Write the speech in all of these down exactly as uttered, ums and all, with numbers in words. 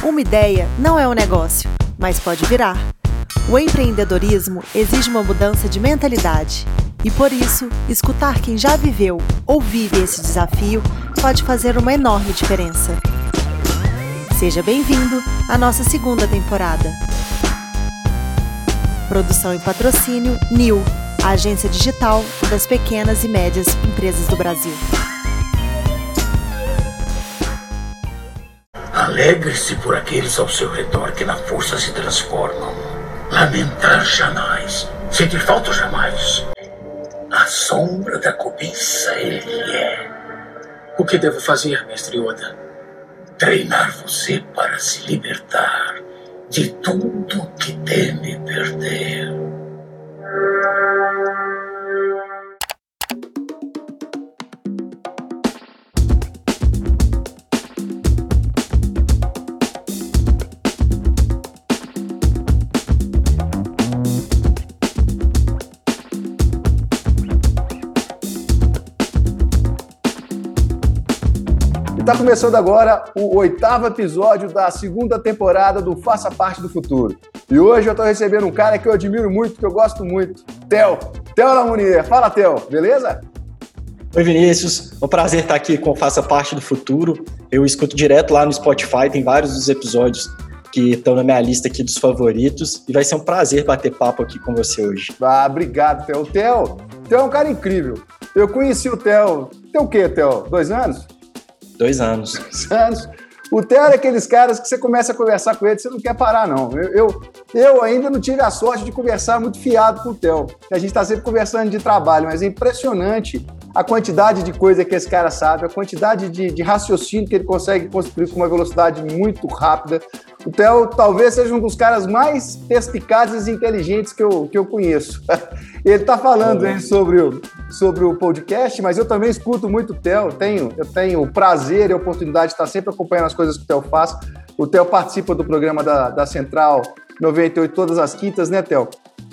Uma ideia não é um negócio, mas pode virar. O empreendedorismo exige uma mudança de mentalidade. E por isso, escutar quem já viveu ou vive esse desafio pode fazer uma enorme diferença. Seja bem-vindo à nossa segunda temporada. Produção e patrocínio N I U, a agência digital das pequenas e médias empresas do Brasil. Alegre-se por aqueles ao seu redor que na força se transformam. Lamentar jamais, sentir falta jamais. A sombra da cobiça ele é. O que devo fazer, mestre Yoda? Treinar você para se libertar de tudo que teme perder. Está começando agora o oitavo episódio da segunda temporada do Faça Parte do Futuro. E hoje eu estou recebendo um cara que eu admiro muito, que eu gosto muito, Theo. Theo Lamounier. Fala, Theo. Beleza? Oi, Vinícius. É um prazer estar aqui com Faça Parte do Futuro. Eu escuto direto lá no Spotify, tem vários dos episódios que estão na minha lista aqui dos favoritos. E vai ser um prazer bater papo aqui com você hoje. Ah, obrigado, Theo. O Theo, Theo é um cara incrível. Eu conheci o Theo, tem o quê, Theo? Dois anos? Dois anos. Dois anos. O Theo é aqueles caras que você começa a conversar com ele, você não quer parar, não. Eu, eu, eu ainda não tive a sorte de conversar muito fiado com o Theo. A gente está sempre conversando de trabalho, mas é impressionante a quantidade de coisa que esse cara sabe, a quantidade de, de raciocínio que ele consegue construir com uma velocidade muito rápida. O Theo talvez seja um dos caras mais perspicazes e inteligentes que eu, que eu conheço. Ele está falando aí sobre o, sobre o podcast, mas eu também escuto muito o Theo. Eu tenho, eu tenho o prazer e a oportunidade de estar sempre acompanhando as coisas que o Theo faz. O Theo participa do programa da, da Central noventa e oito todas as quintas, né, Theo?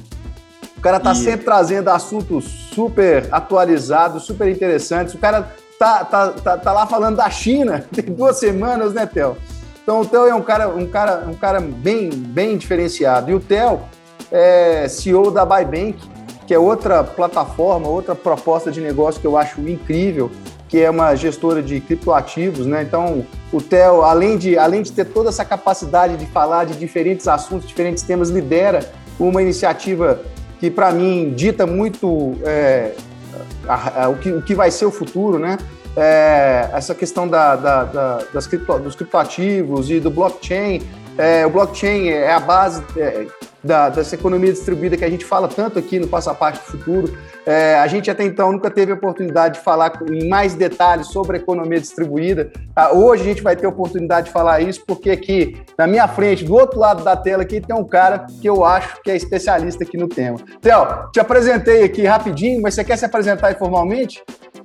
O cara tá e... sempre trazendo assuntos super atualizados, super interessantes. O cara tá, tá, tá, tá lá falando da China, tem duas semanas, né, Theo? Então o Theo é um cara, um cara, um cara bem, bem diferenciado. E o Theo é C E O da Bybank, que é outra plataforma, outra proposta de negócio que eu acho incrível, que é uma gestora de criptoativos, né? Então, o Theo, além de, além de ter toda essa capacidade de falar de diferentes assuntos, diferentes temas, lidera uma iniciativa que, para mim, dita muito é, a, a, o, que, o que vai ser o futuro, né? É, essa questão da, da, da, das cripto, dos criptoativos e do blockchain. É, o blockchain é a base é, da, dessa economia distribuída que a gente fala tanto aqui no Faça Parte do Futuro. É, a gente até então nunca teve a oportunidade de falar em mais detalhes sobre a economia distribuída. Ah, hoje a gente vai ter a oportunidade de falar isso porque aqui na minha frente, do outro lado da tela aqui, tem um cara que eu acho que é especialista aqui no tema. Theo, te apresentei aqui rapidinho, mas você quer se apresentar informalmente?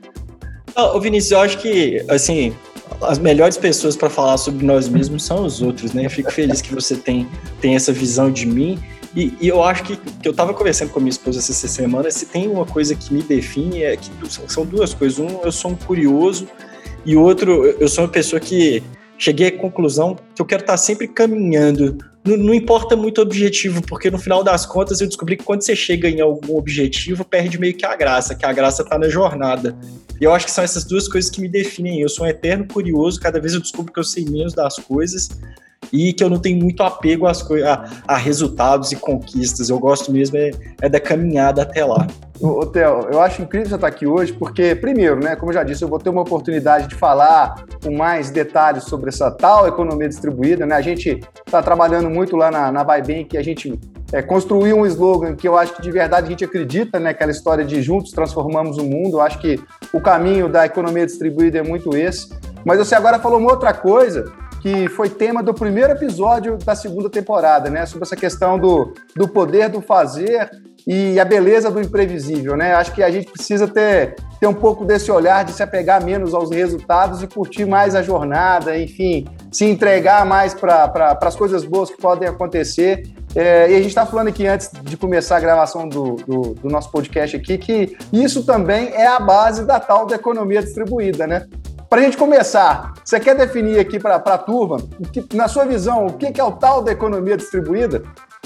Ô, Vinícius, eu acho que, assim, as melhores pessoas para falar sobre nós mesmos são os outros, né? Eu fico feliz que você tem, tem essa visão de mim. E, e eu acho que, que eu estava conversando com a minha esposa essa semana, se tem uma coisa que me define, é que são duas coisas. Um, eu sou um curioso, e outro, eu sou uma pessoa que cheguei à conclusão que eu quero estar sempre caminhando. Não, não importa muito o objetivo, porque no final das contas eu descobri que quando você chega em algum objetivo, perde meio que a graça, que a graça está na jornada. E eu acho que são essas duas coisas que me definem. Eu sou um eterno curioso, cada vez eu descubro que eu sei menos das coisas e que eu não tenho muito apego às coi- a, a resultados e conquistas. Eu gosto mesmo é, é da caminhada até lá. Ô, Theo, eu acho incrível você estar aqui hoje, porque, primeiro, né, como eu já disse, eu vou ter uma oportunidade de falar com mais detalhes sobre essa tal economia distribuída, né? A gente está trabalhando muito lá na, na Bybank, a gente é, construiu um slogan que eu acho que de verdade a gente acredita, né? Aquela história de juntos transformamos o mundo. Eu acho que o caminho da economia distribuída é muito esse. Mas você agora falou uma outra coisa que foi tema do primeiro episódio da segunda temporada, né? Sobre essa questão do, do poder do fazer e a beleza do imprevisível, né? Acho que a gente precisa ter, ter um pouco desse olhar de se apegar menos aos resultados e curtir mais a jornada, enfim, se entregar mais para pra, as coisas boas que podem acontecer. É, e a gente está falando aqui antes de começar a gravação do, do, do nosso podcast aqui, que isso também é a base da tal da economia distribuída, né? Para a gente começar, você quer definir aqui para a turma, o que, na sua visão, o que é o tal da economia distribuída?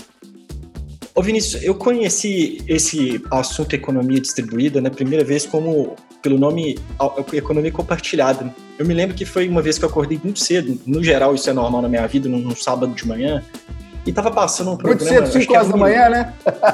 Ô Vinícius, eu conheci esse assunto economia distribuída na primeira vez como pelo nome economia compartilhada. Eu me lembro que foi uma vez que eu acordei muito cedo, no geral isso é normal na minha vida, num, num sábado de manhã, e tava passando um programa... Muito cedo, cinco horas da manhã, né?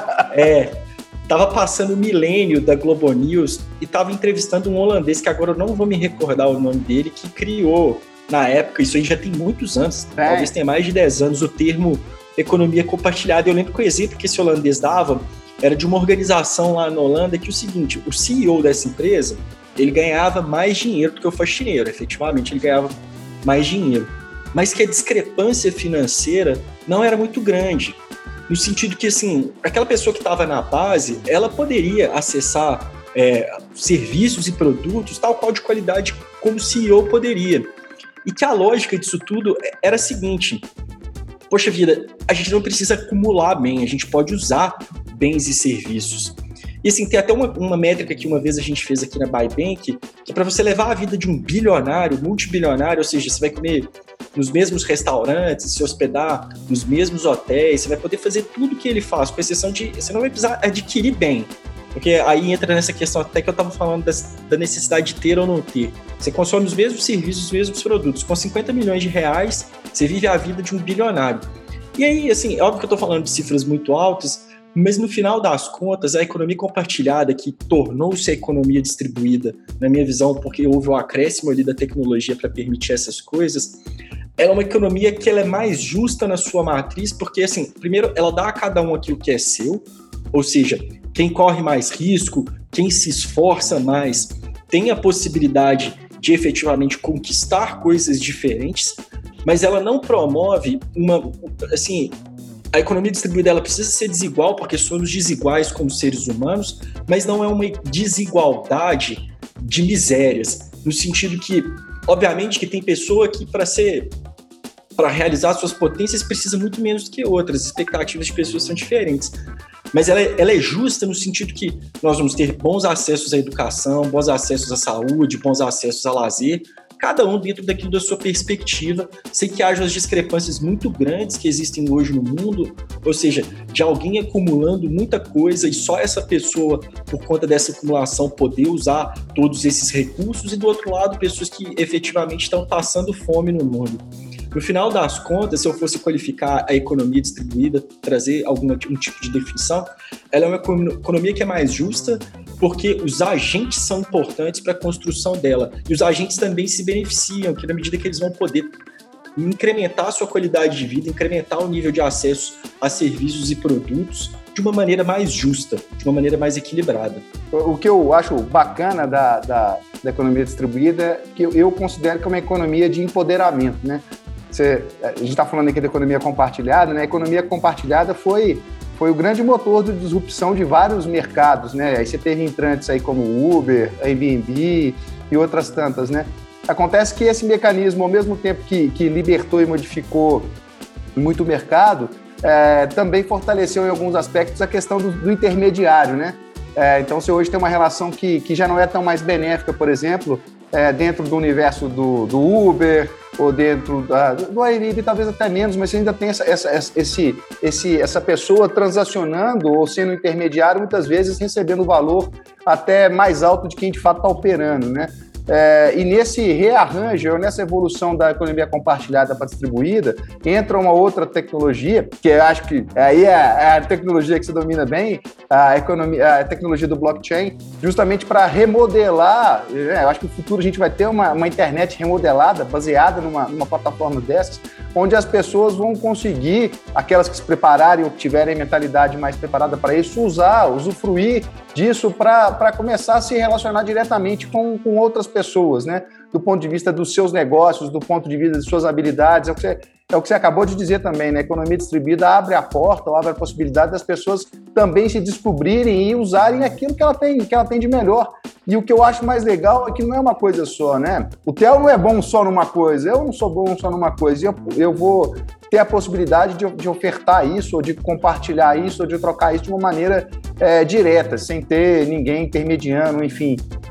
É, tava passando o Milênio da Globo News e tava entrevistando um holandês, que agora eu não vou me recordar o nome dele, que criou, na época, isso aí já tem muitos anos, é. talvez tenha mais de dez anos, o termo economia compartilhada. Eu lembro que o exemplo que esse holandês dava era de uma organização lá na Holanda que o seguinte, o C E O dessa empresa, ele ganhava mais dinheiro do que o faxineiro, efetivamente ele ganhava mais dinheiro, mas que a discrepância financeira não era muito grande, no sentido que, assim, aquela pessoa que estava na base, ela poderia acessar é, serviços e produtos tal qual de qualidade como o C E O poderia, e que a lógica disso tudo era a seguinte: poxa vida, a gente não precisa acumular bem, a gente pode usar bens e serviços. E assim, tem até uma, uma métrica que uma vez a gente fez aqui na Bybank, que é para você levar a vida de um bilionário, multibilionário, ou seja, você vai comer nos mesmos restaurantes, se hospedar nos mesmos hotéis, você vai poder fazer tudo que ele faz, com exceção de, você não vai precisar adquirir bem. Porque aí entra nessa questão até que eu estava falando das, da necessidade de ter ou não ter. Você consome os mesmos serviços, os mesmos produtos. Com cinquenta milhões de reais, você vive a vida de um bilionário. E aí, assim, é óbvio que eu estou falando de cifras muito altas, mas no final das contas, a economia compartilhada, que tornou-se a economia distribuída, na minha visão, porque houve um acréscimo ali da tecnologia para permitir essas coisas, ela é uma economia que ela é mais justa na sua matriz, porque, assim, primeiro, ela dá a cada um aquilo que é seu, ou seja, quem corre mais risco, quem se esforça mais, tem a possibilidade de efetivamente conquistar coisas diferentes, mas ela não promove uma, assim, a economia distribuída ela precisa ser desigual porque somos desiguais como seres humanos, mas não é uma desigualdade de misérias, no sentido que, obviamente, que tem pessoa que para ser, para realizar suas potências precisa muito menos do que outras, as expectativas de pessoas são diferentes. Mas ela é, ela é justa no sentido que nós vamos ter bons acessos à educação, bons acessos à saúde, bons acessos a lazer, cada um dentro daquilo da sua perspectiva, sem que haja as discrepâncias muito grandes que existem hoje no mundo, ou seja, de alguém acumulando muita coisa e só essa pessoa, por conta dessa acumulação, poder usar todos esses recursos, e do outro lado, pessoas que efetivamente estão passando fome no mundo. No final das contas, se eu fosse qualificar a economia distribuída, trazer algum um tipo de definição, ela é uma economia que é mais justa porque os agentes são importantes para a construção dela. E os agentes também se beneficiam, que na medida que eles vão poder incrementar a sua qualidade de vida, incrementar o nível de acesso a serviços e produtos de uma maneira mais justa, de uma maneira mais equilibrada. O que eu acho bacana da, da, da economia distribuída é que eu, eu considero que é uma economia de empoderamento, né? Você, a gente está falando aqui da economia compartilhada, né? A economia compartilhada foi, foi o grande motor de disrupção de vários mercados, né? Aí você teve entrantes aí como Uber, Airbnb e outras tantas, né? Acontece que esse mecanismo, ao mesmo tempo que, que libertou e modificou muito o mercado, é, também fortaleceu em alguns aspectos a questão do, do intermediário, né? É, então, você hoje tem uma relação que, que já não é tão mais benéfica, por exemplo, é, dentro do universo do, do Uber, ou dentro da, do Airbnb, talvez até menos, mas você ainda tem essa, essa, esse, esse, essa pessoa transacionando ou sendo intermediário, muitas vezes recebendo valor até mais alto de quem de fato está operando, né? É, e nesse rearranjo, ou nessa evolução da economia compartilhada para distribuída, entra uma outra tecnologia, que eu acho que aí é, é a tecnologia que você domina bem, a, economia, a tecnologia do blockchain, justamente para remodelar. É, eu acho que no futuro a gente vai ter uma, uma internet remodelada, baseada numa, numa plataforma dessas, onde as pessoas vão conseguir, aquelas que se prepararem ou que tiverem mentalidade mais preparada para isso, usar, usufruir disso para começar a se relacionar diretamente com, com outras pessoas, né? Do ponto de vista dos seus negócios, do ponto de vista de suas habilidades. É o que você, é o que você acabou de dizer também, né? A economia distribuída abre a porta, ou abre a possibilidade das pessoas também se descobrirem e usarem aquilo que ela tem, que ela tem de melhor. E o que eu acho mais legal é que não é uma coisa só, né? O Theo não é bom só numa coisa, eu não sou bom só numa coisa. Eu, eu vou ter a possibilidade de, de ofertar isso, ou de compartilhar isso, ou de trocar isso de uma maneira é, direta, sem ter ninguém intermediando, enfim.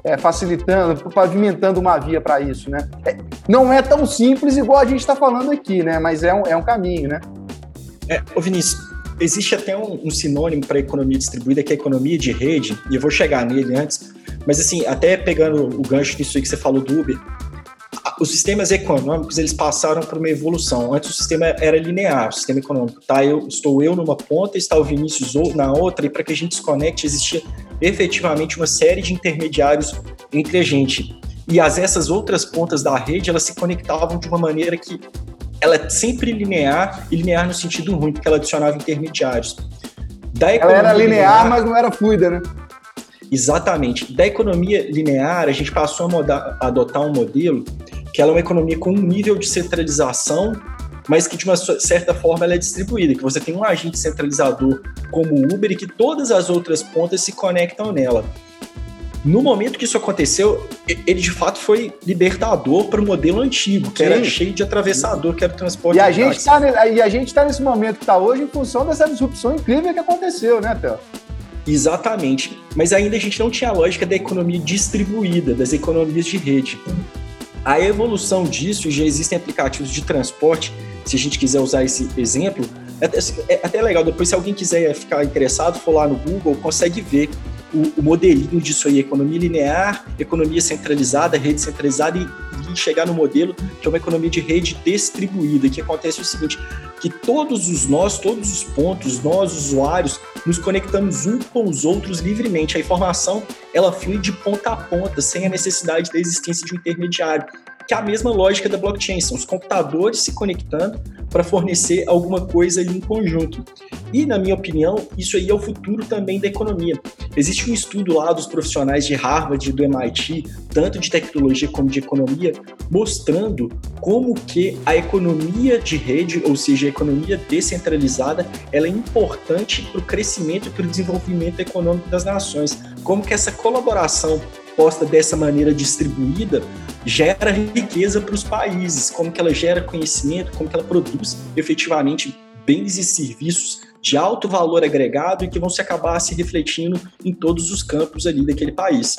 é, facilitando, pavimentando uma via para isso, né? É, não é tão simples igual a gente está falando aqui, né? Mas é um, é um caminho, né? É, ô Vinícius, existe até um, um sinônimo para economia distribuída, que é a economia de rede, e eu vou chegar nele antes, mas assim, até pegando o gancho disso aí que você falou do Uber, os sistemas econômicos, eles passaram por uma evolução. Antes o sistema era linear, o sistema econômico. Tá, eu, estou eu numa ponta, está o Vinícius na outra, e para que a gente se conecte, existia efetivamente uma série de intermediários entre a gente. E as, essas outras pontas da rede, elas se conectavam de uma maneira que ela é sempre linear, e linear no sentido ruim, porque ela adicionava intermediários. Da ela era linear, linear, mas não era fluida, né? Exatamente. Da economia linear, a gente passou a, modar, a adotar um modelo que ela é uma economia com um nível de centralização, mas que de uma certa forma ela é distribuída, que você tem um agente centralizador como o Uber e que todas as outras pontas se conectam nela. No momento que isso aconteceu, ele de fato foi libertador para o modelo antigo, que Sim. era cheio de atravessador, que era o transporte. E a gente está e a gente está nesse momento que está hoje em função dessa disrupção incrível que aconteceu, né, Theo? Exatamente. Mas ainda a gente não tinha a lógica da economia distribuída, das economias de rede. A evolução disso, e já existem aplicativos de transporte, se a gente quiser usar esse exemplo, é até, é até legal, depois se alguém quiser ficar interessado, for lá no Google, consegue ver o, o modelinho disso aí, economia linear, economia centralizada, rede centralizada, e, e chegar no modelo que é uma economia de rede distribuída, que acontece o seguinte, que todos os nós, todos os pontos, nós usuários, nos conectamos uns com os outros livremente. A informação, ela flui de ponta a ponta, sem a necessidade da existência de um intermediário, que é a mesma lógica da blockchain, são os computadores se conectando para fornecer alguma coisa ali em conjunto. E, na minha opinião, isso aí é o futuro também da economia. Existe um estudo lá dos profissionais de Harvard e do M I T, tanto de tecnologia como de economia, mostrando como que a economia de rede, ou seja, a economia descentralizada, ela é importante para o crescimento e para o desenvolvimento econômico das nações. Como que essa colaboração posta dessa maneira distribuída gera riqueza para os países, como que ela gera conhecimento, como que ela produz efetivamente bens e serviços de alto valor agregado e que vão se acabar se refletindo em todos os campos ali daquele país.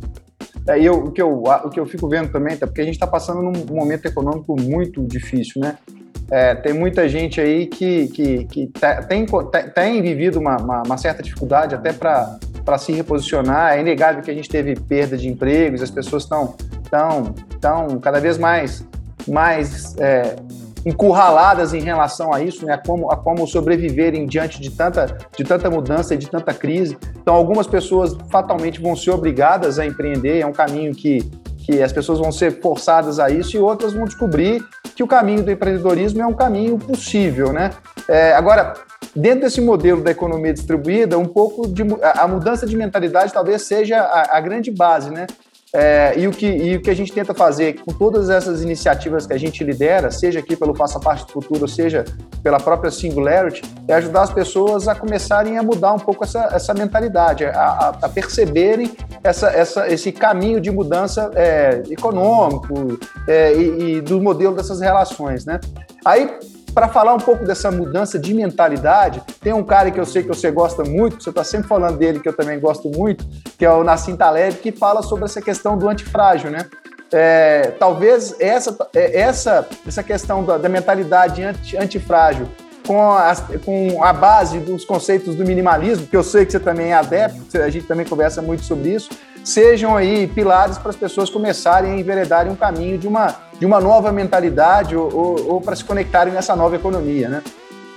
É, eu, o, que eu, o que eu fico vendo também, tá, porque a gente está passando num momento econômico muito difícil, né? É, tem muita gente aí que, que, que tá, tem, tem vivido uma, uma, uma certa dificuldade até para para se reposicionar. É inegável que a gente teve perda de empregos, as pessoas estão tão, tão cada vez mais, mais é, encurraladas em relação a isso, né? a, como, a como sobreviverem diante de tanta, de tanta mudança e de tanta crise. Então, algumas pessoas fatalmente vão ser obrigadas a empreender, é um caminho que, que as pessoas vão ser forçadas a isso, e outras vão descobrir que o caminho do empreendedorismo é um caminho possível, né? É, agora, dentro desse modelo da economia distribuída, um pouco de a mudança de mentalidade talvez seja a, a grande base, né? É, e, o que, e o que a gente tenta fazer com todas essas iniciativas que a gente lidera, seja aqui pelo Faça Parte do Futuro, seja pela própria Singularity, é ajudar as pessoas a começarem a mudar um pouco essa, essa mentalidade, a, a, a perceberem essa, essa, esse caminho de mudança é, econômico é, e, e do modelo dessas relações, né? Aí, para falar um pouco dessa mudança de mentalidade, tem um cara que eu sei que você gosta muito, você está sempre falando dele, que eu também gosto muito, que é o Nassim Taleb, que fala sobre essa questão do antifrágil, né? É, talvez essa, essa, essa questão da, da mentalidade anti, antifrágil com a, com a base dos conceitos do minimalismo, que eu sei que você também é adepto, a gente também conversa muito sobre isso, sejam aí pilares para as pessoas começarem a enveredarem um caminho de uma, de uma nova mentalidade ou, ou, ou para se conectarem nessa nova economia, né?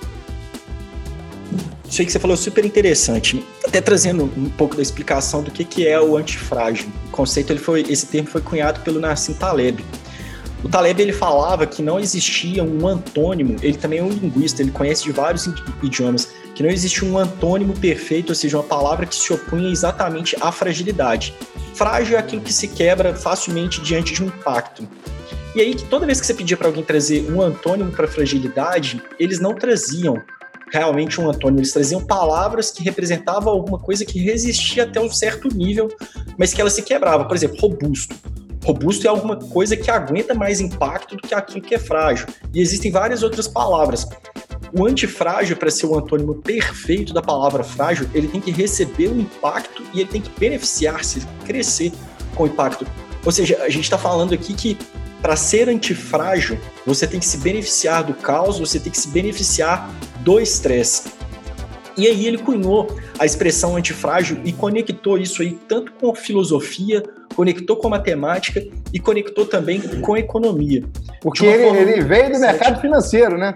Isso aí que você falou é super interessante, até trazendo um pouco da explicação do que, que é o antifrágil. O conceito, ele foi, esse termo foi cunhado pelo Nassim Taleb. O Taleb, ele falava que não existia um antônimo, ele também é um linguista, ele conhece de vários idiomas, que não existe um antônimo perfeito, ou seja, uma palavra que se opunha exatamente à fragilidade. Frágil é aquilo que se quebra facilmente diante de um impacto. E aí, que toda vez que você pedia para alguém trazer um antônimo para fragilidade, eles não traziam realmente um antônimo, eles traziam palavras que representavam alguma coisa que resistia até um certo nível, mas que ela se quebrava. Por exemplo, robusto. Robusto é alguma coisa que aguenta mais impacto do que aquilo que é frágil. E existem várias outras palavras. O antifrágil, para ser o antônimo perfeito da palavra frágil, ele tem que receber o impacto e ele tem que beneficiar-se, crescer com impacto. Ou seja, a gente está falando aqui que para ser antifrágil, você tem que se beneficiar do caos, você tem que se beneficiar do estresse. E aí ele cunhou a expressão antifrágil e conectou isso aí tanto com a filosofia, conectou com a matemática e conectou também com a economia. Porque ele, ele veio do mercado financeiro, né?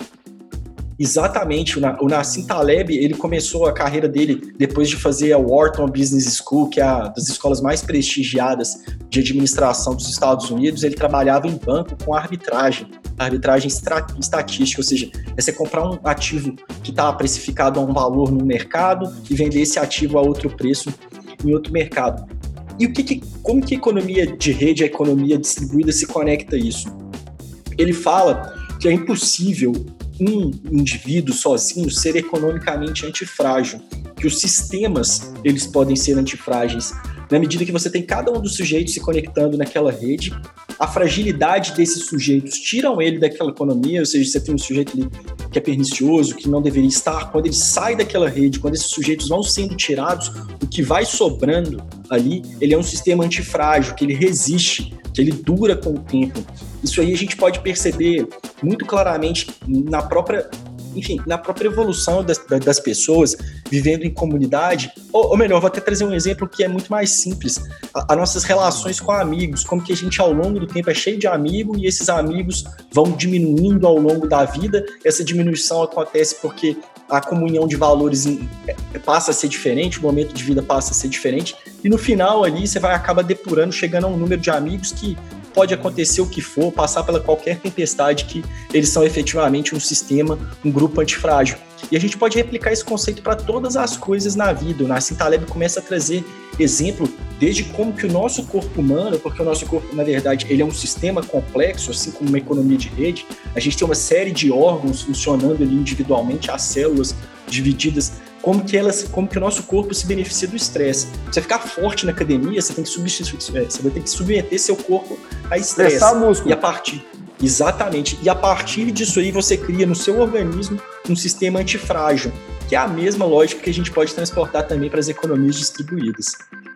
Exatamente, o Nassim Taleb, ele começou a carreira dele depois de fazer a Wharton Business School, que é uma das escolas mais prestigiadas de administração dos Estados Unidos. Ele trabalhava em banco com arbitragem, arbitragem estatística, ou seja, é você comprar um ativo que está precificado a um valor no mercado e vender esse ativo a outro preço em outro mercado. E o que, que, como que a economia de rede, a economia distribuída se conecta a isso? Ele fala que é impossível um indivíduo sozinho ser economicamente antifrágil, que os sistemas eles podem ser antifrágeis. Na medida que você tem cada um dos sujeitos se conectando naquela rede, a fragilidade desses sujeitos tiram ele daquela economia, ou seja, você tem um sujeito ali que é pernicioso, que não deveria estar. Quando ele sai daquela rede, quando esses sujeitos vão sendo tirados, o que vai sobrando ali, ele é um sistema antifrágil, que ele resiste, que ele dura com o tempo. Isso aí a gente pode perceber muito claramente na própria, enfim, na própria evolução das, das pessoas vivendo em comunidade, ou, ou melhor, vou até trazer um exemplo que é muito mais simples, as nossas relações com amigos, como que a gente ao longo do tempo é cheio de amigos e esses amigos vão diminuindo ao longo da vida. Essa diminuição acontece porque a comunhão de valores passa a ser diferente, o momento de vida passa a ser diferente, e no final ali você vai acabar depurando, chegando a um número de amigos que pode acontecer o que for, passar pela qualquer tempestade, que eles são efetivamente um sistema, um grupo antifrágil. E a gente pode replicar esse conceito para todas as coisas na vida. O Nassim Taleb começa a trazer exemplo desde como que o nosso corpo humano, porque o nosso corpo, na verdade, ele é um sistema complexo, assim como uma economia de rede. A gente tem uma série de órgãos funcionando ali individualmente, as células divididas, como que, elas, como que o nosso corpo se beneficia do estresse. Pra você ficar forte na academia, você, tem que substituir, você vai ter que submeter seu corpo a estresse. músculo. E a partir, exatamente. E a partir disso aí, você cria no seu organismo um sistema antifrágil, que é a mesma lógica que a gente pode transportar também para as economias distribuídas.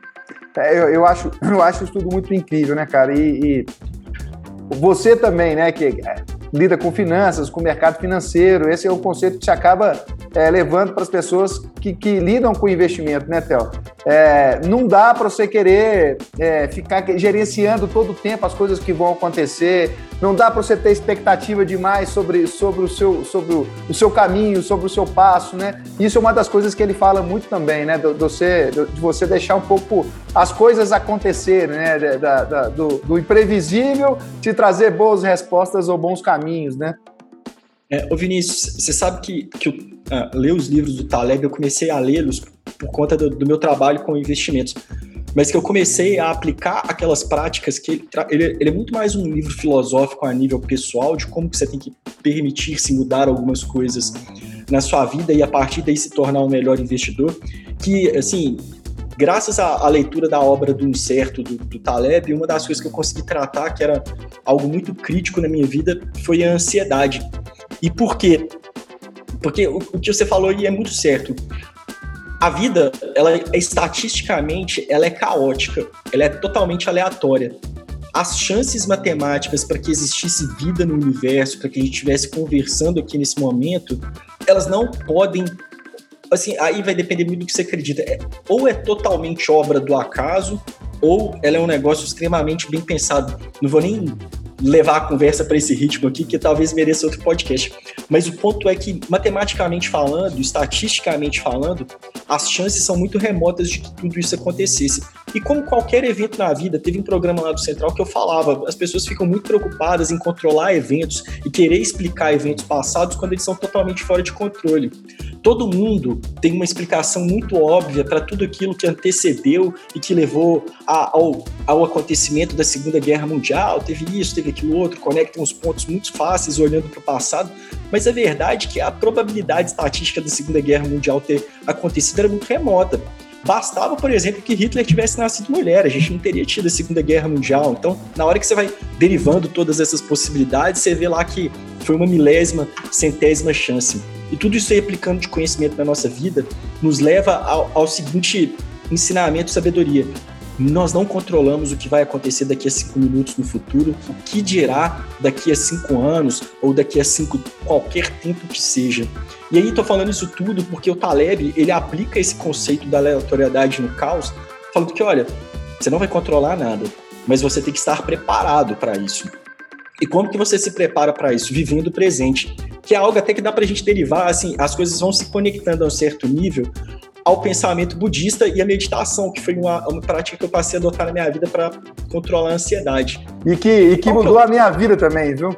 É, eu, eu, acho, eu acho isso tudo muito incrível, né, cara? E, e você também, né, que lida com finanças, com o mercado financeiro, esse é o conceito que se acaba é, levando para as pessoas que, que lidam com investimento, né, Theo? É, não dá para você querer é, ficar gerenciando todo o tempo as coisas que vão acontecer, não dá para você ter expectativa demais sobre, sobre, o, seu, sobre o, o seu caminho, sobre o seu passo, né? Isso é uma das coisas que ele fala muito também, né? Do, do você, do, de você deixar um pouco as coisas acontecerem, né? Da, da, do, do imprevisível te trazer boas respostas ou bons caminhos, né? É, ô Vinícius, você sabe que, que eu ah, ler os livros do Taleb, eu comecei a lê-los por conta do, do meu trabalho com investimentos, mas que eu comecei a aplicar aquelas práticas que ele, ele, ele é muito mais um livro filosófico a nível pessoal, de como que você tem que permitir-se mudar algumas coisas na sua vida e a partir daí se tornar um melhor investidor, que, assim, graças à, à leitura da obra do Incerto, do, do Taleb, uma das coisas que eu consegui tratar, que era algo muito crítico na minha vida, foi a ansiedade. E por quê? Porque o, o que você falou aí é muito certo. A vida, ela é, estatisticamente, ela é caótica, ela é totalmente aleatória. As chances matemáticas para que existisse vida no universo, para que a gente estivesse conversando aqui nesse momento, elas não podem... Assim, aí vai depender muito do que você acredita. É, ou é totalmente obra do acaso, ou ela é um negócio extremamente bem pensado. Não vou nem levar a conversa para esse ritmo aqui, que talvez mereça outro podcast. Mas o ponto é que, matematicamente falando, estatisticamente falando, as chances são muito remotas de que tudo isso acontecesse. E como qualquer evento na vida, teve um programa lá do Central que eu falava, as pessoas ficam muito preocupadas em controlar eventos e querer explicar eventos passados quando eles são totalmente fora de controle. Todo mundo tem uma explicação muito óbvia para tudo aquilo que antecedeu e que levou a, ao, ao acontecimento da Segunda Guerra Mundial. Teve isso, teve aquilo outro, conectam os pontos muito fáceis olhando para o passado, mas a verdade é que a probabilidade estatística da Segunda Guerra Mundial ter acontecido era muito remota. Bastava, por exemplo, que Hitler tivesse nascido mulher, a gente não teria tido a Segunda Guerra Mundial. Então, na hora que você vai derivando todas essas possibilidades, você vê lá que foi uma milésima, centésima chance. E tudo isso aí, aplicando de conhecimento na nossa vida, nos leva ao, ao seguinte ensinamento, sabedoria. Nós não controlamos o que vai acontecer daqui a cinco minutos no futuro, o que dirá daqui a cinco anos ou daqui a cinco, qualquer tempo que seja. E aí estou falando isso tudo porque o Taleb, ele aplica esse conceito da aleatoriedade no caos, falando que, olha, você não vai controlar nada, mas você tem que estar preparado para isso. E como que você se prepara para isso? Vivendo o presente, que é algo até que dá para a gente derivar, assim, as coisas vão se conectando a um certo nível ao pensamento budista e a meditação, que foi uma, uma prática que eu passei a adotar na minha vida para controlar a ansiedade. E que, e que mudou é o... a minha vida também, viu?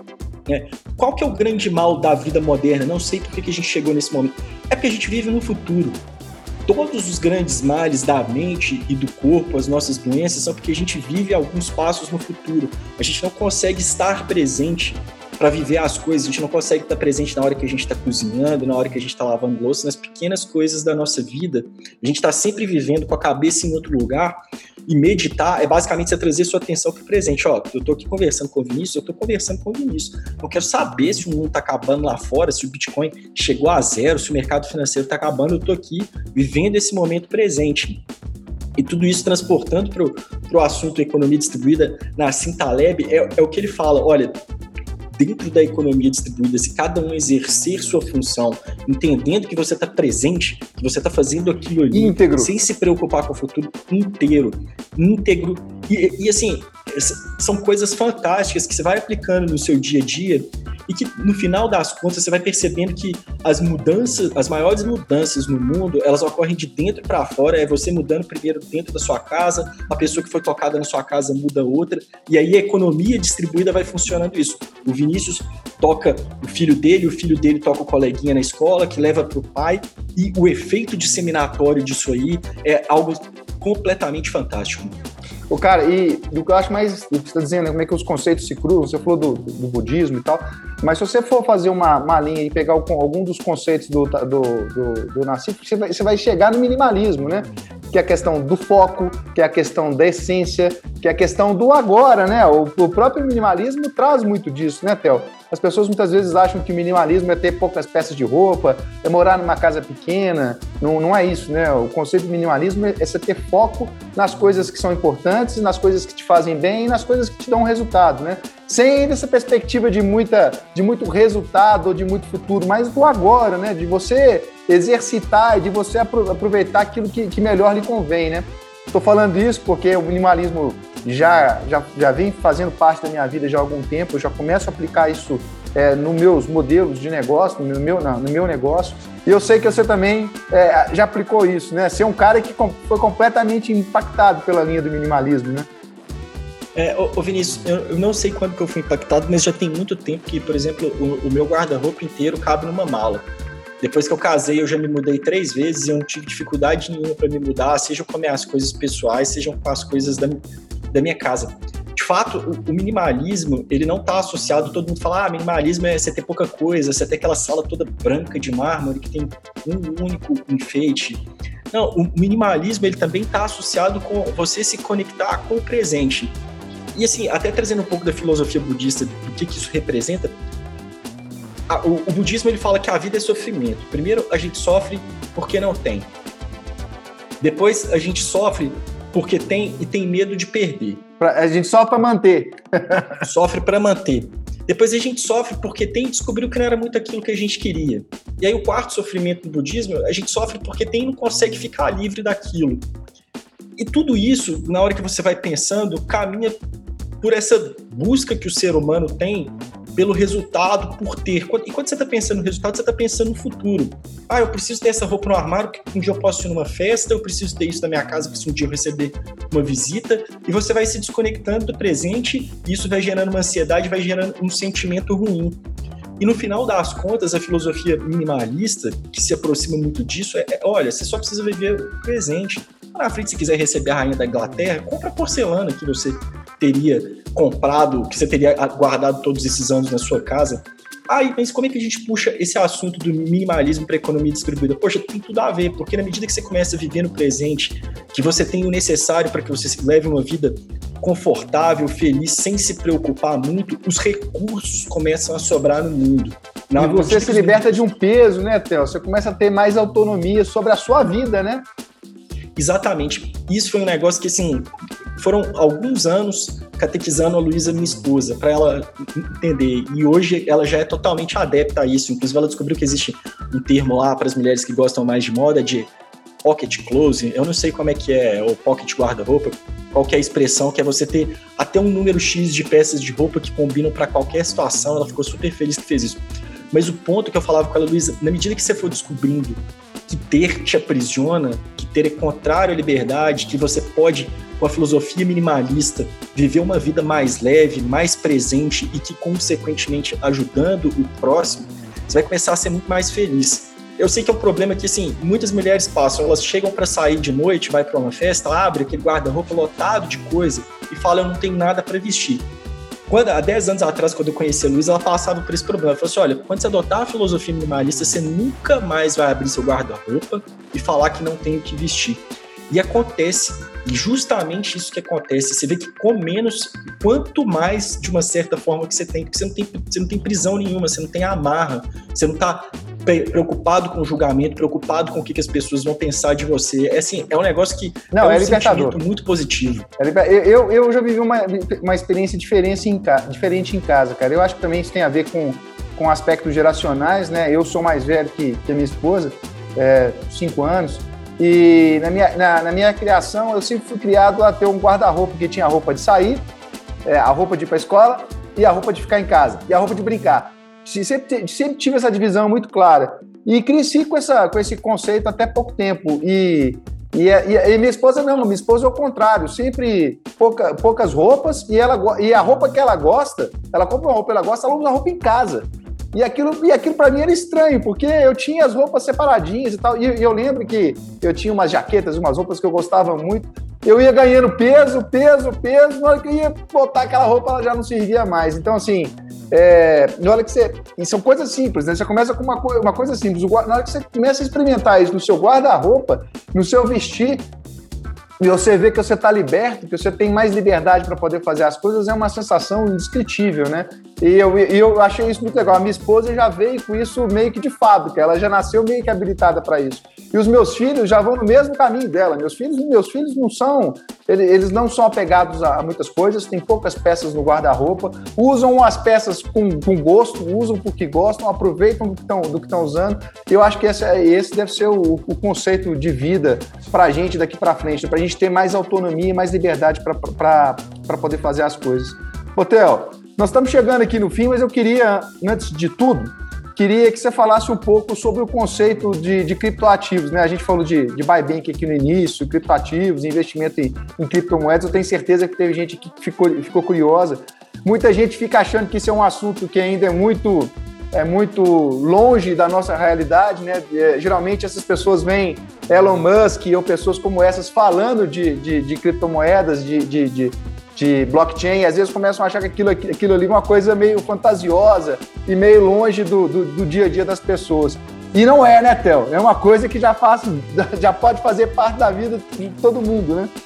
É. Qual que é o grande mal da vida moderna? Não sei por que a gente chegou nesse momento. É porque a gente vive no futuro. Todos os grandes males da mente e do corpo, as nossas doenças, são porque a gente vive alguns passos no futuro. A gente não consegue estar presente para viver as coisas, a gente não consegue estar presente na hora que a gente está cozinhando, na hora que a gente está lavando louça, nas pequenas coisas da nossa vida. A gente está sempre vivendo com a cabeça em outro lugar, e meditar é basicamente você trazer sua atenção para o presente. Ó, eu estou aqui conversando com o Vinícius, eu estou conversando com o Vinícius. Eu quero saber se o mundo está acabando lá fora, se o Bitcoin chegou a zero, se o mercado financeiro está acabando, eu estou aqui vivendo esse momento presente. E tudo isso transportando para o assunto economia distribuída, Nassim Taleb, é, é o que ele fala, olha, dentro da economia distribuída, se cada um exercer sua função, entendendo que você está presente, que você está fazendo aquilo ali, íntegro, sem se preocupar com o futuro, inteiro, íntegro, e, e assim, são coisas fantásticas que você vai aplicando no seu dia a dia e que no final das contas você vai percebendo que as mudanças, as maiores mudanças no mundo, elas ocorrem de dentro para fora, é você mudando primeiro dentro da sua casa, a pessoa que foi tocada na sua casa muda outra, e aí a economia distribuída vai funcionando isso. O Vinícius toca o filho dele, o filho dele toca o coleguinha na escola, que leva para o pai, e o efeito disseminatório disso aí é algo completamente fantástico. O cara, e do que eu acho mais, o que você está dizendo, né, como é que os conceitos se cruzam, você falou do, do budismo e tal, mas se você for fazer uma, uma linha e pegar o, algum dos conceitos do, do, do, do Nassim, você vai, você vai chegar no minimalismo, né? Que é a questão do foco, que é a questão da essência, que é a questão do agora, né? O, o próprio minimalismo traz muito disso, né, Theo? As pessoas muitas vezes acham que o minimalismo é ter poucas peças de roupa, é morar numa casa pequena. Não, não é isso, né? O conceito do minimalismo é você ter foco nas coisas que são importantes, nas coisas que te fazem bem e nas coisas que te dão resultado, né? Sem essa perspectiva de, muita, de muito resultado ou de muito futuro, mas do agora, né? De você exercitar e de você aproveitar aquilo que, que melhor lhe convém, né? Estou falando isso porque o minimalismo já, já, já vem fazendo parte da minha vida já há algum tempo, eu já começo a aplicar isso é, nos meus modelos de negócio, no meu, não, no meu negócio, e eu sei que você também é, já aplicou isso, né? Você é um cara que foi completamente impactado pela linha do minimalismo, né? É, ô, ô Vinícius, eu, eu não sei quando que eu fui impactado, mas já tem muito tempo que, por exemplo, o, o meu guarda-roupa inteiro cabe numa mala. Depois que eu casei, eu já me mudei três vezes e eu não tive dificuldade nenhuma para me mudar, seja com as minhas coisas pessoais, sejam com as coisas da, da minha casa. De fato, o, o minimalismo, ele não está associado, todo mundo fala, ah, minimalismo é você ter pouca coisa, você ter aquela sala toda branca de mármore que tem um único enfeite. Não, o minimalismo, ele também está associado com você se conectar com o presente. E assim, até trazendo um pouco da filosofia budista, do que, que isso representa, O, o budismo ele fala que a vida é sofrimento. Primeiro, a gente sofre porque não tem. Depois, a gente sofre porque tem e tem medo de perder. A gente sofre para manter. Sofre para manter. Depois, a gente sofre porque tem e descobriu que não era muito aquilo que a gente queria. E aí, o quarto sofrimento do budismo, a gente sofre porque tem e não consegue ficar livre daquilo. E tudo isso, na hora que você vai pensando, caminha por essa busca que o ser humano tem pelo resultado, por ter. E quando você está pensando no resultado, você está pensando no futuro. Ah, eu preciso ter essa roupa no armário, porque um dia eu posso ir numa festa, eu preciso ter isso na minha casa, porque se um dia eu receber uma visita, e você vai se desconectando do presente, e isso vai gerando uma ansiedade, vai gerando um sentimento ruim. E no final das contas, a filosofia minimalista, que se aproxima muito disso, é, é olha, você só precisa viver o presente. Na frente, se quiser receber a rainha da Inglaterra, compra a porcelana que você teria comprado, que você teria guardado todos esses anos na sua casa. Ah, mas como é que a gente puxa esse assunto do minimalismo para a economia distribuída? Poxa, tem tudo a ver, porque na medida que você começa a viver no presente, que você tem o necessário para que você leve uma vida confortável, feliz, sem se preocupar muito, os recursos começam a sobrar no mundo. Na e você se liberta de um peso, né, Theo? Você começa a ter mais autonomia sobre a sua vida, né? Exatamente. Isso foi um negócio que, assim, foram alguns anos catequizando a Luísa, minha esposa, para ela entender. E hoje ela já é totalmente adepta a isso. Inclusive, ela descobriu que existe um termo lá para as mulheres que gostam mais de moda, de pocket clothing. Eu não sei como é que é, ou pocket guarda-roupa, qual que é a expressão, que é você ter até um número X de peças de roupa que combinam para qualquer situação. Ela ficou super feliz que fez isso. Mas o ponto que eu falava com ela, Luísa, na medida que você for descobrindo que ter te aprisiona, que ter é contrário à liberdade, que você pode, com a filosofia minimalista, viver uma vida mais leve, mais presente e que, consequentemente, ajudando o próximo, você vai começar a ser muito mais feliz. Eu sei que é um problema que, assim, muitas mulheres passam, elas chegam para sair de noite, vai para uma festa, abre aquele guarda-roupa lotado de coisa e fala, eu não tenho nada para vestir. Quando, há dez anos atrás, quando eu conheci a Luísa, ela passava por esse problema. Ela falou assim, olha, quando você adotar a filosofia minimalista, você nunca mais vai abrir seu guarda-roupa e falar que não tem o que vestir. E acontece, e justamente isso que acontece, você vê que com menos, quanto mais de uma certa forma que você tem, porque você não tem, você não tem prisão nenhuma, você não tem amarra, você não está preocupado com o julgamento, preocupado com o que, que as pessoas vão pensar de você. É assim, é um negócio que não, é um é sentimento muito positivo. É liber... eu, eu já vivi uma, uma experiência diferente em, ca... diferente em casa, cara. Eu acho que também isso tem a ver com, com aspectos geracionais, né? Eu sou mais velho que, que a minha esposa, é, cinco anos, e na minha, na, na minha criação eu sempre fui criado a ter um guarda-roupa que tinha a roupa de sair, é, a roupa de ir para a escola e a roupa de ficar em casa, e a roupa de brincar. Sempre, sempre tive essa divisão muito clara e cresci com, essa, com esse conceito até pouco tempo e, e, e, e minha esposa não, minha esposa é o contrário, sempre pouca, poucas roupas e, ela, e a roupa que ela gosta, ela compra uma roupa, ela gosta, ela usa a roupa em casa e aquilo, e aquilo para mim era estranho, porque eu tinha as roupas separadinhas e tal, e, e eu lembro que eu tinha umas jaquetas, umas roupas que eu gostava muito, eu ia ganhando peso, peso, peso, na hora que eu ia botar aquela roupa ela já não servia mais, então assim, É, na hora que você, e são coisas simples, né? Você começa com uma, uma coisa simples. Na hora que você começa a experimentar isso no seu guarda-roupa, no seu vestir, e você vê que você está liberto, que você tem mais liberdade para poder fazer as coisas, é uma sensação indescritível, né? E eu, e eu achei isso muito legal. A minha esposa já veio com isso meio que de fábrica, ela já nasceu meio que habilitada para isso. E os meus filhos já vão no mesmo caminho dela. Meus filhos, meus filhos não são, eles não são apegados a muitas coisas, tem poucas peças no guarda-roupa, usam as peças com, com gosto, usam porque gostam, aproveitam do que estão do que estão usando. Eu acho que esse, esse deve ser o, o conceito de vida para a gente daqui para frente, para a gente ter mais autonomia e mais liberdade para poder fazer as coisas. Ô, Theo, nós estamos chegando aqui no fim, mas eu queria, antes de tudo, queria que você falasse um pouco sobre o conceito de, de criptoativos, né? A gente falou de, de buy bank aqui no início, criptoativos, investimento em, em criptomoedas. Eu tenho certeza que teve gente que ficou, ficou curiosa. Muita gente fica achando que isso é um assunto que ainda é muito, é muito longe da nossa realidade, né? É, geralmente essas pessoas veem Elon Musk ou pessoas como essas falando de, de, de criptomoedas, de, de, de de blockchain, e às vezes começam a achar que aquilo, aquilo ali é uma coisa meio fantasiosa e meio longe do, do, do dia a dia das pessoas. E não é, né, Theo? É uma coisa que já, faz, já pode fazer parte da vida de todo mundo, né?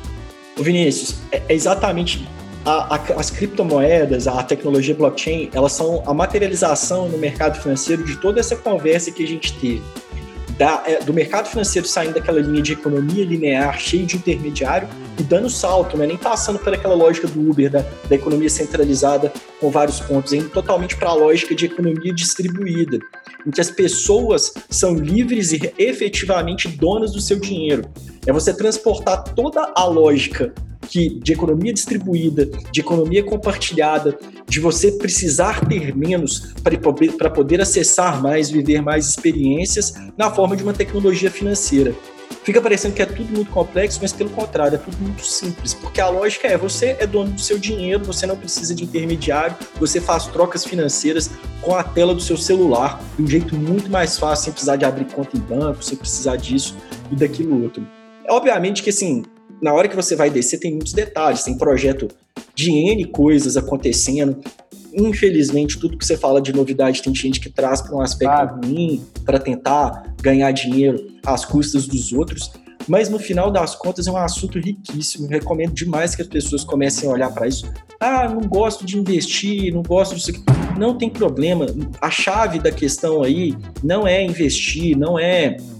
Ô Vinícius, é exatamente a, a, as criptomoedas, a tecnologia blockchain, elas são a materialização no mercado financeiro de toda essa conversa que a gente teve. Da, do mercado financeiro saindo daquela linha de economia linear, cheio de intermediário, e dando salto, né? Nem passando por aquela lógica do Uber, da, da economia centralizada com vários pontos, indo totalmente para a lógica de economia distribuída, em que as pessoas são livres e efetivamente donas do seu dinheiro. É você transportar toda a lógica que, de economia distribuída, de economia compartilhada, de você precisar ter menos para poder, para poder acessar mais, viver mais experiências na forma de uma tecnologia financeira. Fica parecendo que é tudo muito complexo, mas pelo contrário, é tudo muito simples, porque a lógica é, você é dono do seu dinheiro, você não precisa de intermediário, você faz trocas financeiras com a tela do seu celular, de um jeito muito mais fácil, sem precisar de abrir conta em banco, sem precisar disso e daquilo outro. Obviamente que, assim, na hora que você vai descer tem muitos detalhes, tem projeto de N coisas acontecendo. Infelizmente, tudo que você fala de novidade tem gente que traz para um aspecto ah. ruim, para tentar ganhar dinheiro às custas dos outros, mas no final das contas é um assunto riquíssimo. Eu recomendo demais que as pessoas comecem a olhar para isso. Ah, não gosto de investir, não gosto disso aqui. Não tem problema. A chave da questão aí não é investir, não é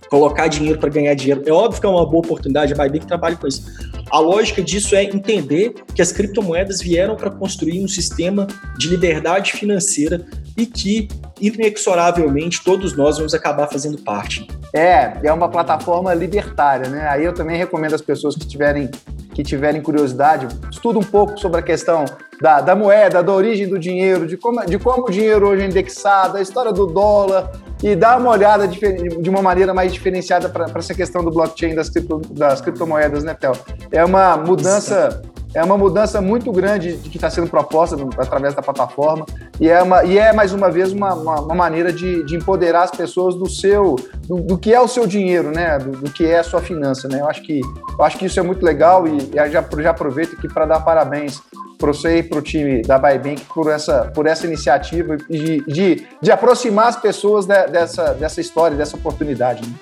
colocar dinheiro para ganhar dinheiro. É óbvio que é uma boa oportunidade, a Buybank trabalha com isso. A lógica disso é entender que as criptomoedas vieram para construir um sistema de liberdade financeira e que, inexoravelmente, todos nós vamos acabar fazendo parte. É, é uma plataforma libertária, né? Aí eu também recomendo às pessoas que tiverem, que tiverem curiosidade, estuda um pouco sobre a questão da, da moeda, da origem do dinheiro, de como, de como o dinheiro hoje é indexado, a história do dólar, e dá uma olhada de, de uma maneira mais diferenciada para essa questão do blockchain, das, cripto, das criptomoedas, né, Theo? É uma mudança... É uma mudança muito grande de que está sendo proposta através da plataforma e é, uma, e é mais uma vez, uma, uma, uma maneira de, de empoderar as pessoas do seu, do, do que é o seu dinheiro, né? Do, do que é a sua finança, né? Eu acho que, eu acho que isso é muito legal e, e já, já aproveito aqui para dar parabéns para você e para o time da Buybank por essa, por essa iniciativa de, de, de aproximar as pessoas de, dessa, dessa história, dessa oportunidade, né?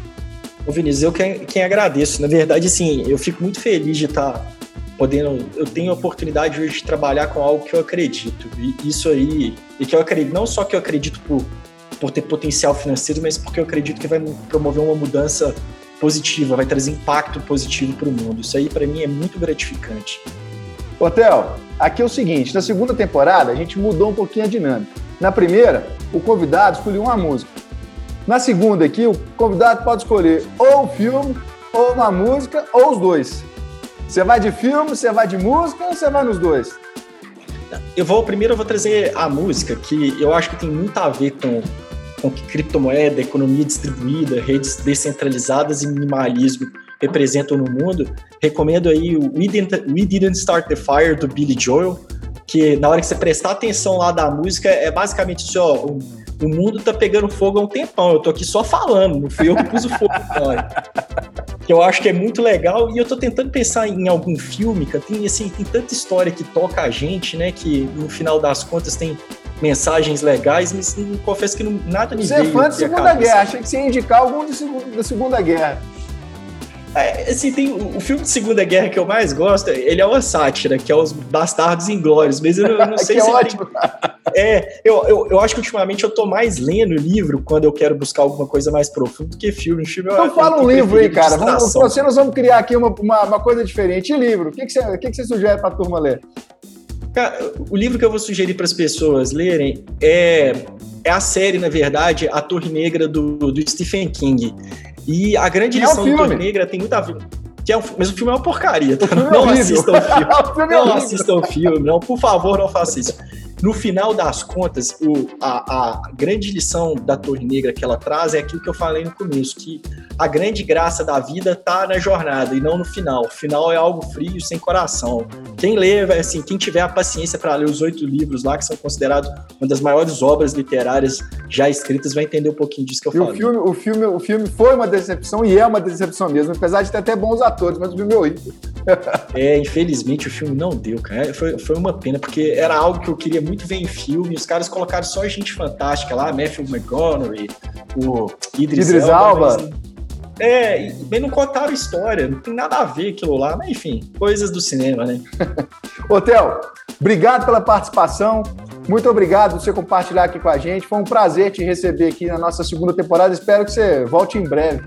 Ô Vinícius, eu quem, quem agradeço. Na verdade, assim, eu fico muito feliz de estar... Tá podendo, eu tenho a oportunidade hoje de trabalhar com algo que eu acredito, e isso aí, e que eu acredito, não só que eu acredito por, por ter potencial financeiro, mas porque eu acredito que vai promover uma mudança positiva, vai trazer impacto positivo para o mundo. Isso aí, para mim, é muito gratificante. Ô, Theo, aqui é o seguinte, na segunda temporada, a gente mudou um pouquinho a dinâmica. Na primeira, o convidado escolheu uma música. Na segunda aqui, o convidado pode escolher ou um filme, ou uma música, ou os dois. Você vai de filme, você vai de música ou você vai nos dois? Eu vou, primeiro eu vou trazer a música, que eu acho que tem muito a ver com, com que criptomoeda, economia distribuída, redes descentralizadas e minimalismo representam no mundo. Recomendo aí o We Didn't, We Didn't Start the Fire, do Billy Joel, que na hora que você prestar atenção lá da música, é basicamente assim, ó, o, o mundo tá pegando fogo há um tempão, eu tô aqui só falando, não fui eu que pus o fogo, não. Que eu acho que é muito legal, e eu tô tentando pensar em algum filme, que tem, assim, tem tanta história que toca a gente, né, que no final das contas tem mensagens legais, mas não, confesso que não, nada me você veio. Você é fã de Segunda Guerra, achei que você ia indicar algum de segunda, da Segunda Guerra. É, assim, tem o, o filme de Segunda Guerra que eu mais gosto, ele é uma sátira, que é Os Bastardos Inglórios, mas eu não, eu não sei que se... é ótimo. É, eu, eu, eu acho que ultimamente eu tô mais lendo livro quando eu quero buscar alguma coisa mais profunda do que filme. filme então eu, fala eu um livro aí, cara. Vamos, você, nós vamos criar aqui uma, uma, uma coisa diferente. E livro? O que, que, você, o que, que você sugere pra turma ler? Cara, o livro que eu vou sugerir para as pessoas lerem é, é a série, na verdade, A Torre Negra, do, do Stephen King. E a grande lição é do Torre Negra tem muito a ver... Que é um, mas o filme é uma porcaria, tá? Não assistam o filme. o não é assistam o filme, não. Por favor, não faça isso. No final das contas, o, a, a grande lição da Torre Negra que ela traz é aquilo que eu falei no começo, que a grande graça da vida tá na jornada e não no final. O final é algo frio, sem coração. Quem lê, assim, quem tiver a paciência para ler os oito livros lá, que são considerados uma das maiores obras literárias já escritas, vai entender um pouquinho disso que eu e falo. O filme, o, filme, o filme foi uma decepção e é uma decepção mesmo, apesar de ter até bons atores, mas o filme é horrível. É, infelizmente o filme não deu, cara. Foi, foi uma pena, porque era algo que eu queria muito ver em filme. Os caras colocaram só gente fantástica lá, Matthew McConaughey, o Idris, Idris Elba. Alba. Mas, é, bem, não contaram história, não tem nada a ver aquilo lá, mas enfim, coisas do cinema, né? Ô, Theo, obrigado pela participação. Muito obrigado por você compartilhar aqui com a gente. Foi um prazer te receber aqui na nossa segunda temporada. Espero que você volte em breve.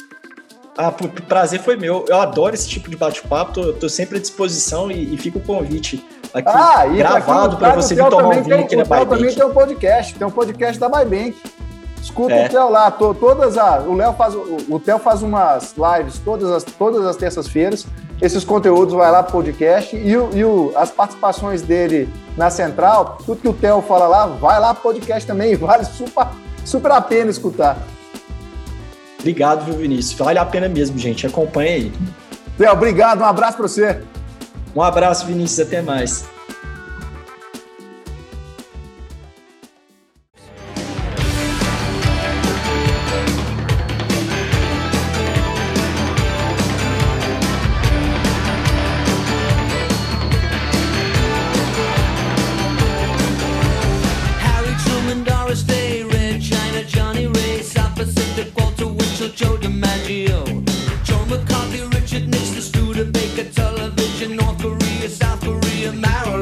Ah, o prazer foi meu. Eu adoro esse tipo de bate-papo, tô, tô sempre à disposição e, e fica o convite aqui ah, gravado para você vir tomar um vinho aqui na Buybank. também tem um podcast, tem um podcast da Buybank. Escuta é. o Theo lá, to, todas a, o Léo faz, o, o Theo faz umas lives todas as, todas as terças-feiras. Esses conteúdos vai lá pro podcast e, o, e o, as participações dele na Central, tudo que o Theo fala lá, vai lá pro podcast também, vale super, super a pena escutar. Obrigado, viu, Vinícius? Vale a pena mesmo, gente. Acompanha aí. Theo, obrigado. Um abraço para você. Um abraço, Vinícius. Até mais. Joe DiMaggio, Joe McCarthy, Richard Nixon, Studebaker, television, North Korea, South Korea, Maryland.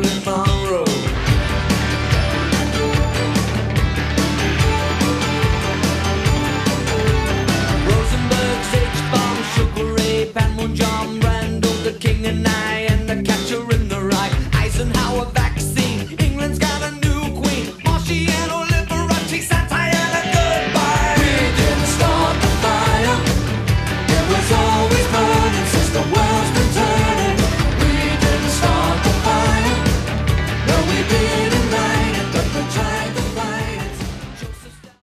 night.